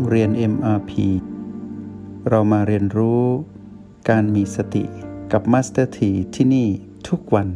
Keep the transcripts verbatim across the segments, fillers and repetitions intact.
เรียน เอ็ม อาร์ พี เรามาเรียนรู้การมีสติกับ Master T ที่นี่ทุกวัน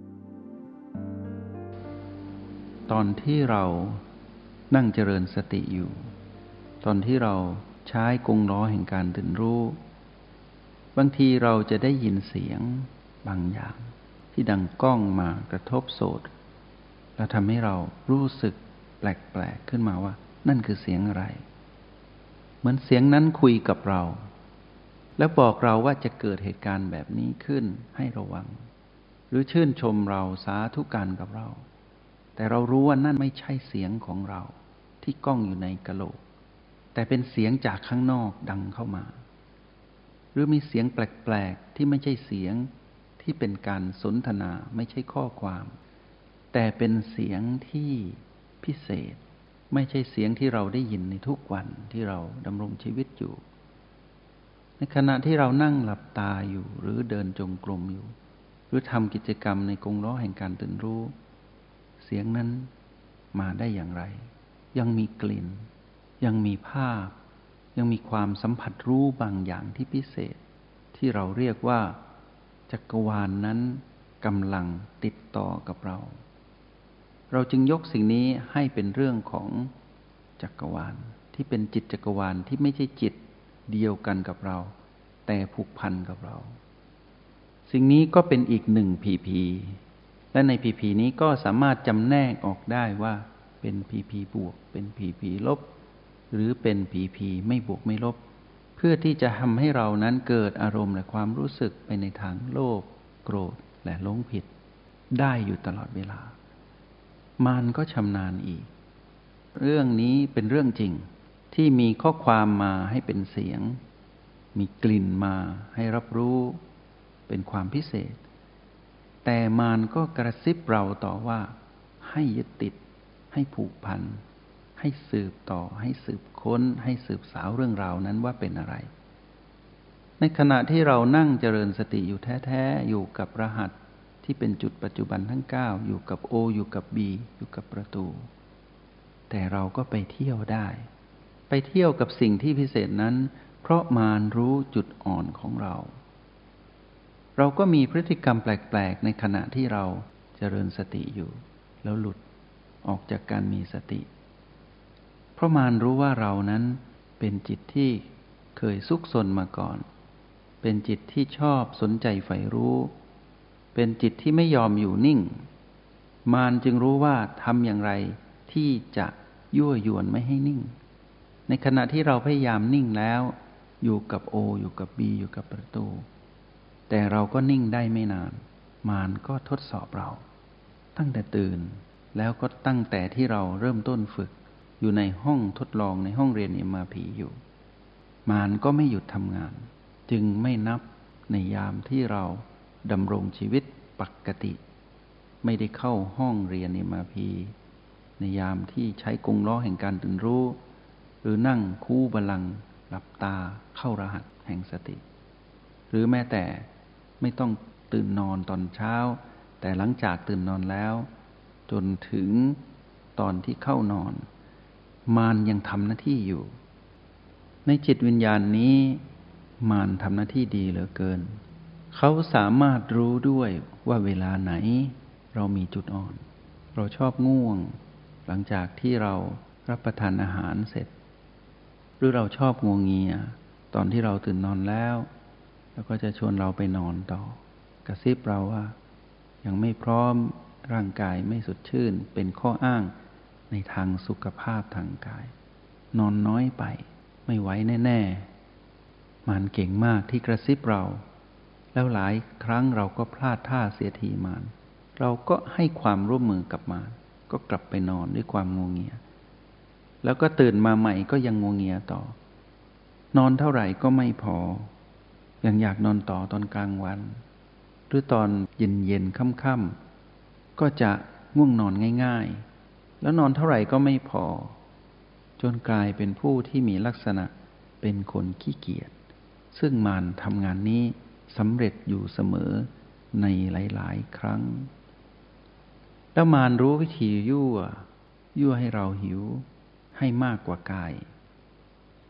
ตอนที่เรานั่งเจริญสติอยู่ตอนที่เราใช้กงล้อแห่งการตื่นรู้บางทีเราจะได้ยินเสียงบางอย่างที่ดังก้องมากระทบโสตแล้วทำให้เรารู้สึกแปลกๆขึ้นมาว่านั่นคือเสียงอะไรเหมือนเสียงนั้นคุยกับเราแล้วบอกเราว่าจะเกิดเหตุการณ์แบบนี้ขึ้นให้ระวังหรือชื่นชมเราสาธุการกับเราแต่เรารู้ว่านั่นไม่ใช่เสียงของเราที่ก้องอยู่ในกะโหลกแต่เป็นเสียงจากข้างนอกดังเข้ามาหรือมีเสียงแปลกๆที่ไม่ใช่เสียงที่เป็นการสนทนาไม่ใช่ข้อความแต่เป็นเสียงที่พิเศษไม่ใช่เสียงที่เราได้ยินในทุกวันที่เราดำรงชีวิตอยู่ในขณะที่เรานั่งหลับตาอยู่หรือเดินจงกรมอยู่หรือทำกิจกรรมในกงล้อแห่งการตื่นรู้เสียงนั้นมาได้อย่างไรยังมีกลิ่นยังมีภาพยังมีความสัมผัสรู้บางอย่างที่พิเศษที่เราเรียกว่าจักรวาล น, นั้นกำลังติดต่อกับเราเราจึงยกสิ่งนี้ให้เป็นเรื่องของจักรวาลที่เป็นจิตจักรวาลที่ไม่ใช่จิตเดียวกันกับเราแต่ผูกพันกับเราสิ่งนี้ก็เป็นอีกหนึ่งพีพีและในพีพีนี้ก็สามารถจำแนกออกได้ว่าเป็นพีพีบวกเป็นพีพีลบหรือเป็นพีพีไม่บวกไม่ลบเพื่อที่จะทำให้เรานั้นเกิดอารมณ์และความรู้สึกไปในทางโลภโกรธและหลงผิดได้อยู่ตลอดเวลามารก็ชำนาญอีกเรื่องนี้เป็นเรื่องจริงที่มีข้อความมาให้เป็นเสียงมีกลิ่นมาให้รับรู้เป็นความพิเศษแต่มารก็กระซิบเราต่อว่าให้ยึดติดให้ผูกพันให้สืบต่อให้สืบค้นให้สืบสาวเรื่องราวนั้นว่าเป็นอะไรในขณะที่เรานั่งเจริญสติอยู่แท้ๆอยู่กับรหัสที่เป็นจุดปัจจุบันทั้งเก้าอยู่กับ O อยู่กับ B อยู่กับประตูแต่เราก็ไปเที่ยวได้ไปเที่ยวกับสิ่งที่พิเศษนั้นเพราะมารรู้จุดอ่อนของเราเราก็มีพฤติกรรมแปลกๆในขณะที่เราเจริญสติอยู่แล้วหลุดออกจากการมีสติเพราะมารรู้ว่าเรานั้นเป็นจิตที่เคยซุกซนมาก่อนเป็นจิตที่ชอบสนใจใฝ่รู้เป็นจิตที่ไม่ยอมอยู่นิ่งมารจึงรู้ว่าทำอย่างไรที่จะยั่วยวนไม่ให้นิ่งในขณะที่เราพยายามนิ่งแล้วอยู่กับ O อยู่กับ B อยู่กับประตูแต่เราก็นิ่งได้ไม่นานมารก็ทดสอบเราตั้งแต่ตื่นแล้วก็ตั้งแต่ที่เราเริ่มต้นฝึกอยู่ในห้องทดลองในห้องเรียน เอ็ม อาร์ พี อยู่มารก็ไม่หยุดทำงานจึงไม่นับในยามที่เราดำรงชีวิตปกติไม่ได้เข้าห้องเรียน เอ็ม อาร์ พี ในยามที่ใช้กงล้อแห่งการตื่นรู้หรือนั่งคูบัลลังก์หลับตาเข้ารหัสแห่งสติหรือแม้แต่ไม่ต้องตื่นนอนตอนเช้าแต่หลังจากตื่นนอนแล้วจนถึงตอนที่เข้านอนมารยังทำหน้าที่อยู่ในจิตวิญญาณนี้มารทำหน้าที่ดีเหลือเกินเขาสามารถรู้ด้วยว่าเวลาไหนเรามีจุดอ่อนเราชอบง่วงหลังจากที่เรารับประทานอาหารเสร็จหรือเราชอบงัวเงียตอนที่เราตื่นนอนแล้วแล้วก็จะชวนเราไปนอนต่อกระซิบเราว่ายังไม่พร้อมร่างกายไม่สดชื่นเป็นข้ออ้างในทางสุขภาพทางกายนอนน้อยไปไม่ไหวแน่ๆมารเก่งมากที่กระซิบเราแล้วหลายครั้งเราก็พลาดท่าเสียทีมารเราก็ให้ความร่วมมือกับมารก็กลับไปนอนด้วยความงัวเงียแล้วก็ตื่นมาใหม่ก็ยังงัวเงียต่อนอนเท่าไหร่ก็ไม่พอยังอยากนอนต่อตอนกลางวันหรือตอนเย็นๆค่ำๆก็จะง่วงนอนง่ายๆแล้วนอนเท่าไหร่ก็ไม่พอจนกลายเป็นผู้ที่มีลักษณะเป็นคนขี้เกียจซึ่งมารทำงานนี้สำเร็จอยู่เสมอในหลายๆครั้งแล้วมารรู้วิธียั่วยั่วให้เราหิวให้มากกว่ากาย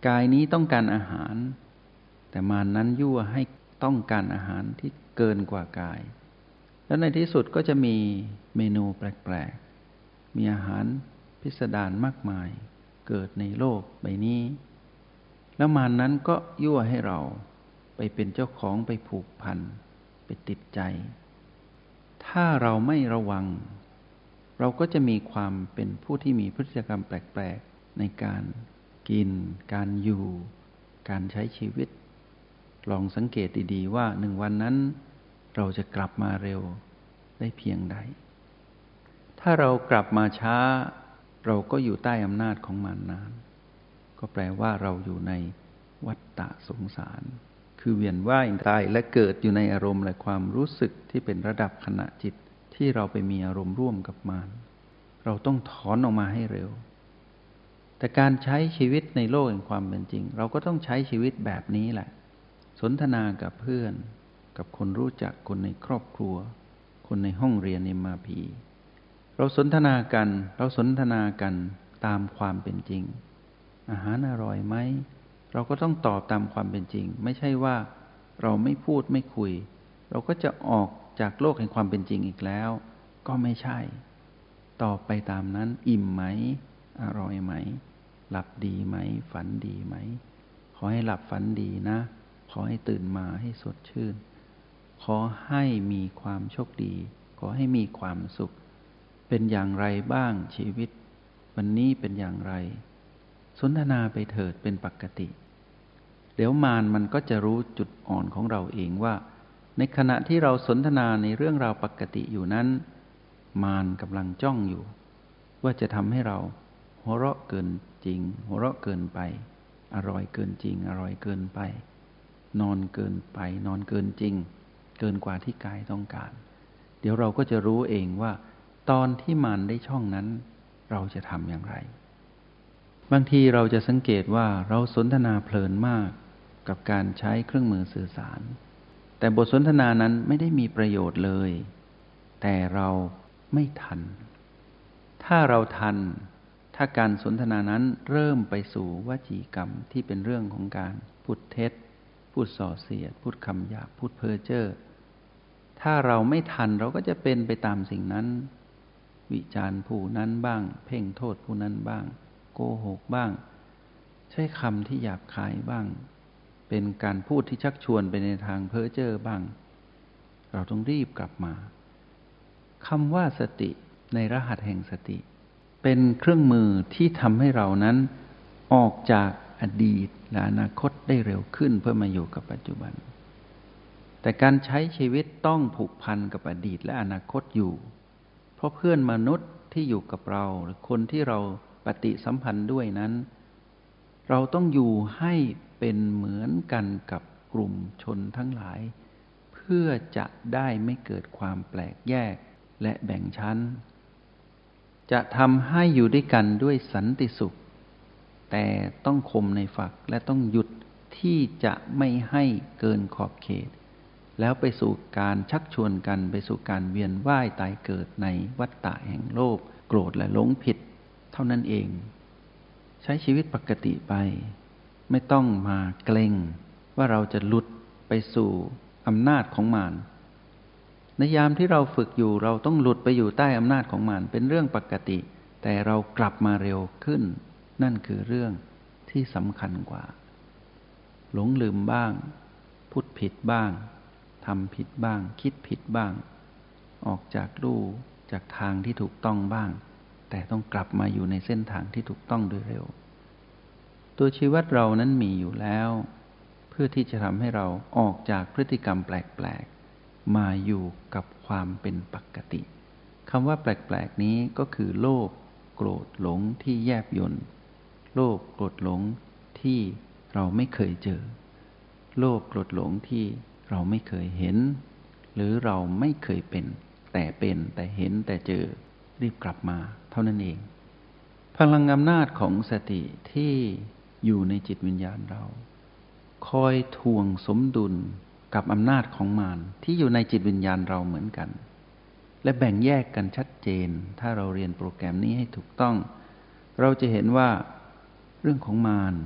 กายนี้ต้องการอาหารแต่มารนั้นยั่วให้ต้องการอาหารที่เกินกว่ากายแล้วในที่สุดก็จะมีเมนูแปลกๆมีอาหารพิสดารมากมายเกิดในโลกใบนี้แล้วมารนั้นก็ยั่วให้เราไปเป็นเจ้าของไปผูกพันไปติดใจถ้าเราไม่ระวังเราก็จะมีความเป็นผู้ที่มีพฤติกรรมแปลกๆในการกินการอยู่การใช้ชีวิตลองสังเกตดีๆว่าหนึ่งวันนั้นเราจะกลับมาเร็วได้เพียงใดถ้าเรากลับมาช้าเราก็อยู่ใต้อำนาจของมารนานก็แปลว่าเราอยู่ในวัฏฏะสงสารคือเวียนว่ายตายและเกิดอยู่ในอารมณ์และความรู้สึกที่เป็นระดับขณะจิตที่เราไปมีอารมณ์ร่วมกับมารเราต้องถอนออกมาให้เร็วแต่การใช้ชีวิตในโลกแห่งความเป็นจริงเราก็ต้องใช้ชีวิตแบบนี้แหละสนทนากับเพื่อนกับคนรู้จักคนในครอบครัวคนในห้องเรียน เอ็ม อาร์ พี เราสนทนากันเราสนทนากันตามความเป็นจริงอาหารอร่อยไหมเราก็ต้องตอบตามความเป็นจริงไม่ใช่ว่าเราไม่พูดไม่คุยเราก็จะออกจากโลกแห่งความเป็นจริงอีกแล้วก็ไม่ใช่ตอบไปตามนั้นอิ่มไหมอร่อยไหมหลับดีไหมฝันดีไหมขอให้หลับฝันดีนะขอให้ตื่นมาให้สดชื่นขอให้มีความโชคดีขอให้มีความสุขเป็นอย่างไรบ้างชีวิตวันนี้เป็นอย่างไรสนทนาไปเถิดเป็นปกติเดี๋ยวมารมันก็จะรู้จุดอ่อนของเราเองว่าในขณะที่เราสนทนาในเรื่องราวปกติอยู่นั้นมารกำลังจ้องอยู่ว่าจะทำให้เราหัวเราะเกินจริงหัวเราะเกินไปอร่อยเกินจริงอร่อยเกินไปนอนเกินไปนอนเกินจริงเกินกว่าที่กายต้องการเดี๋ยวเราก็จะรู้เองว่าตอนที่มารได้ช่องนั้นเราจะทำอย่างไรบางทีเราจะสังเกตว่าเราสนทนาเพลินมากกับการใช้เครื่องมือสื่อสารแต่บทสนทนานั้นไม่ได้มีประโยชน์เลยแต่เราไม่ทันถ้าเราทันถ้าการสนทนานั้นเริ่มไปสู่วจีกรรมที่เป็นเรื่องของการพูดเท็จพูดส่อเสียดพูดคำหยาบพูดเพ้อเจ้อถ้าเราไม่ทันเราก็จะเป็นไปตามสิ่งนั้นวิจารณ์ผู้นั้นบ้างเพ่งโทษผู้นั้นบ้างโกหกบ้างใช้คำที่หยาบคายบ้างเป็นการพูดที่ชักชวนไปในทางเพ้อเจ้อบ้างเราต้องรีบกลับมาคำว่าสติในรหัสแห่งสติเป็นเครื่องมือที่ทำให้เรานั้นออกจากอดีตและอนาคตได้เร็วขึ้นเพื่อมาอยู่กับปัจจุบันแต่การใช้ชีวิตต้องผูกพันกับอดีตและอนาคตอยู่เพราะเพื่อนมนุษย์ที่อยู่กับเราหรือคนที่เราปฏิสัมพันธ์ด้วยนั้นเราต้องอยู่ให้เป็นเหมือนกันกับกลุ่มชนทั้งหลายเพื่อจะได้ไม่เกิดความแปลกแยกและแบ่งชั้นจะทำให้อยู่ด้วยกันด้วยสันติสุขแต่ต้องคมในฝักและต้องหยุดที่จะไม่ให้เกินขอบเขตแล้วไปสู่การชักชวนกันไปสู่การเวียนว่ายตายเกิดในวัฏฏะแห่งโลภโกรธและหลงผิดเท่านั้นเองใช้ชีวิตปกติไปไม่ต้องมาเกรงว่าเราจะหลุดไปสู่อำนาจของมารในยามที่เราฝึกอยู่เราต้องหลุดไปอยู่ใต้อำนาจของมารเป็นเรื่องปกติแต่เรากลับมาเร็วขึ้นนั่นคือเรื่องที่สำคัญกว่าหลงลืมบ้างพูดผิดบ้างทำผิดบ้างคิดผิดบ้างออกจากลู่จากทางที่ถูกต้องบ้างแต่ต้องกลับมาอยู่ในเส้นทางที่ถูกต้องโดยเร็วตัวชีวิตเรานั้นมีอยู่แล้วเพื่อที่จะทำให้เราออกจากพฤติกรรมแปลกๆมาอยู่กับความเป็นปกติคำว่าแปลกๆนี้ก็คือโลภโกรธหลงที่แยบยลโลภโกรธหลงที่เราไม่เคยเจอโลภโกรธหลงที่เราไม่เคยเห็นหรือเราไม่เคยเป็นแต่เป็นแต่เห็นแต่เจอรีบกลับมาเท่านั้นเองพลังอำนาจของสติที่อยู่ในจิตวิญญาณเราคอยทวงสมดุลกับอำนาจของมารที่อยู่ในจิตวิญญาณเราเหมือนกันและแบ่งแยกกันชัดเจนถ้าเราเรียนโปรแกรมนี้ให้ถูกต้องเราจะเห็นว่าเรื่องของมาร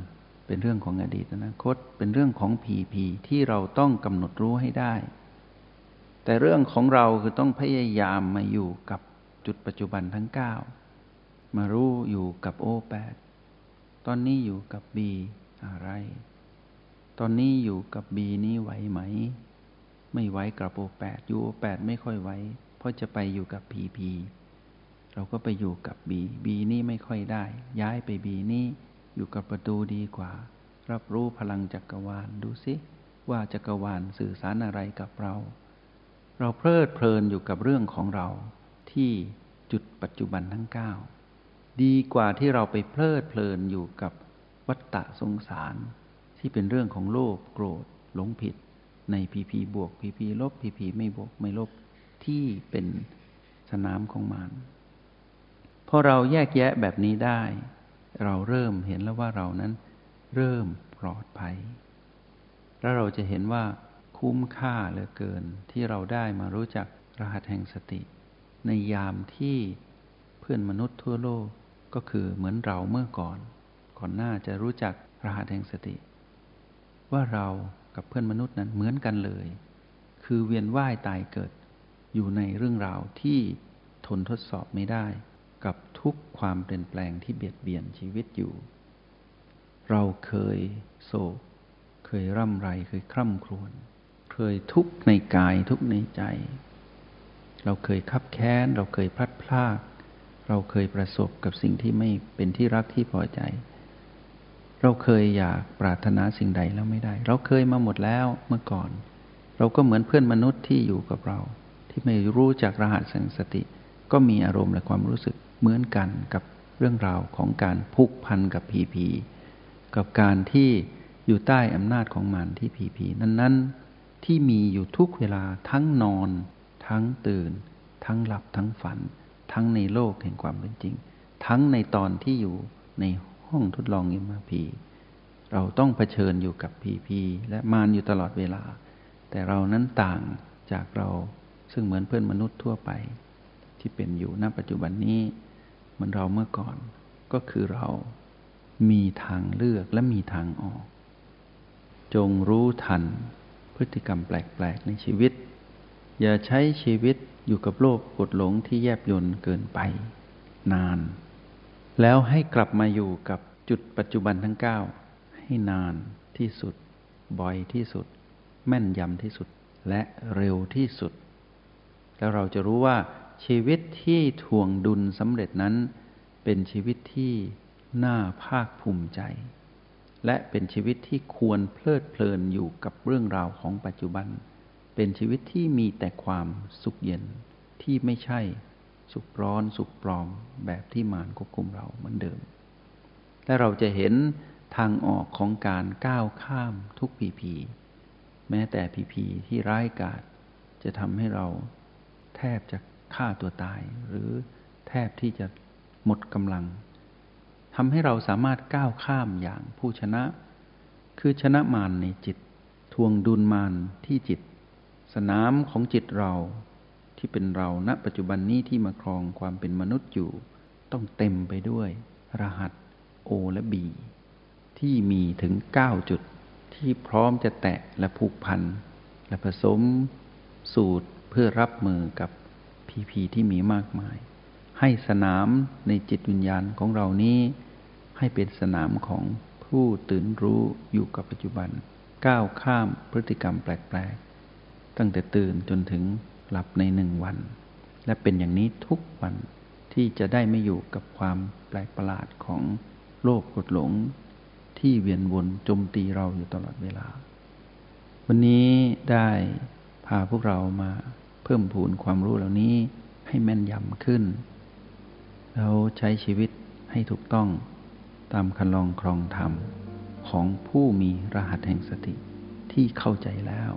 เป็นเรื่องของอดีตอนาคตเป็นเรื่องของผีผีที่เราต้องกำหนดรู้ให้ได้แต่เรื่องของเราคือต้องพยายามมาอยู่กับจุดปัจจุบันทั้งเก้ามารู้อยู่กับโอแปดตอนนี้อยู่กับบีอะไรตอนนี้อยู่กับบีนี้ไหวไหมไม่ไหวกับโอแปดอยู่โอแปดไม่ค่อยไหวเพราะจะไปอยู่กับพีพีเราก็ไปอยู่กับบีบีนี่ไม่ค่อยได้ย้ายไปบีนี่อยู่กับประตูดีกว่ารับรู้พลังจักรวาลดูสิว่าจักรวาลสื่อสารอะไรกับเราเราเพลิดเพลินอยู่กับเรื่องของเราที่จุดปัจจุบันทั้งเก้าดีกว่าที่เราไปเพลิดเพลินอยู่กับวัฏฏะสงสารที่เป็นเรื่องของโลภโกรธหลงผิดในพีพีบวกพีพีลบพีพีไม่บวกไม่ลบที่เป็นสนามของมันพอเราแยกแยะแบบนี้ได้เราเริ่มเห็นแล้วว่าเรานั้นเริ่มปลอดภัยแล้วเราจะเห็นว่าคุ้มค่าเหลือเกินที่เราได้มารู้จักรหัสแห่งสติในยามที่เพื่อนมนุษย์ทั่วโลกก็คือเหมือนเราเมื่อก่อนก่อนหน้าจะรู้จักรหัสแห่งสติว่าเรากับเพื่อนมนุษย์นั้นเหมือนกันเลยคือเวียนว่ายตายเกิดอยู่ในเรื่องราวที่ทนทดสอบไม่ได้กับทุกความเปลี่ยนแปลงที่เบียดเบียนชีวิตอยู่เราเคยโศกเคยร่ำไรเคยคร่ำครวญเคยทุกข์ในกายทุกข์ในใจเราเคยคับแค้นเราเคยพลัดพรากเราเคยประสบกับสิ่งที่ไม่เป็นที่รักที่พอใจเราเคยอยากปรารถนาสิ่งใดแล้วไม่ได้เราเคยมาหมดแล้วเมื่อก่อนเราก็เหมือนเพื่อนมนุษย์ที่อยู่กับเราที่ไม่รู้จักรหัสแห่งสติก็มีอารมณ์และความรู้สึกเหมือนกันกับเรื่องราวของการผูกพันกับผีผีกับการที่อยู่ใต้อำนาจของมันที่ผีผีนั้นๆที่มีอยู่ทุกเวลาทั้งนอนทั้งตื่นทั้งหลับทั้งฝันทั้งในโลกแห่งความเป็นจริงทั้งในตอนที่อยู่ในห้องทดลอง เอ็ม อาร์ พี เราต้องเผชิญอยู่กับผีผีและมารอยู่ตลอดเวลาแต่เรานั้นต่างจากเราซึ่งเหมือนเพื่อนมนุษย์ทั่วไปที่เป็นอยู่ณปัจจุบันนี้เหมือนเราเมื่อก่อนก็คือเรามีทางเลือกและมีทางออกจงรู้ทันพฤติกรรมแปลกๆในชีวิตอย่าใช้ชีวิตอยู่กับโลภกดหลงที่แยบยลเกินไปนานแล้วให้กลับมาอยู่กับจุดปัจจุบันทั้งเก้าให้นานที่สุดบ่อยที่สุดแม่นยำที่สุดและเร็วที่สุดแล้วเราจะรู้ว่าชีวิตที่ทวงดุลสำเร็จนั้นเป็นชีวิตที่น่าภาคภูมิใจและเป็นชีวิตที่ควรเพลิดเพลินอยู่กับเรื่องราวของปัจจุบันเป็นชีวิตที่มีแต่ความสุขเย็นที่ไม่ใช่สุขร้อนสุขปลอมแบบที่มารควบคุมเราเหมือนเดิมและเราจะเห็นทางออกของการก้าวข้ามทุกผีผีแม้แต่ผีผีที่ร้ายกาจจะทำให้เราแทบจะฆ่าตัวตายหรือแทบที่จะหมดกำลังทำให้เราสามารถก้าวข้ามอย่างผู้ชนะคือชนะมารในจิตทวงดุลมารที่จิตสนามของจิตเราที่เป็นเราณปัจจุบันนี้ที่มาครองความเป็นมนุษย์อยู่ต้องเต็มไปด้วยรหัส O และ B ที่มีถึงเก้าจุดที่พร้อมจะแตะและผูกพันและผสมสูตรเพื่อรับมือกับพีพีที่มีมากมายให้สนามในจิตวิญญาณของเรานี้ให้เป็นสนามของผู้ตื่นรู้อยู่กับปัจจุบันก้าวข้ามพฤติกรรมแปลกๆตั้งแต่ตื่นจนถึงหลับในหนึ่งวันและเป็นอย่างนี้ทุกวันที่จะได้ไม่อยู่กับความแปลกประหลาดของโลภกดหลงที่เวียนวนโจมตีเราอยู่ตลอดเวลาวันนี้ได้พาพวกเรามาเพิ่มพูนความรู้เหล่านี้ให้แม่นยำขึ้นแล้วใช้ชีวิตให้ถูกต้องตามคันลองครองธรรมของผู้มีรหัสแห่งสติที่เข้าใจแล้ว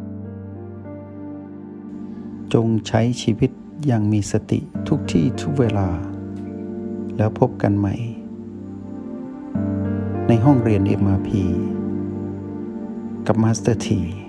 จงใช้ชีวิตอย่างมีสติทุกที่ทุกเวลาแล้วพบกันใหม่ในห้องเรียน เอ็ม อาร์ พี กับมาสเตอร์ ที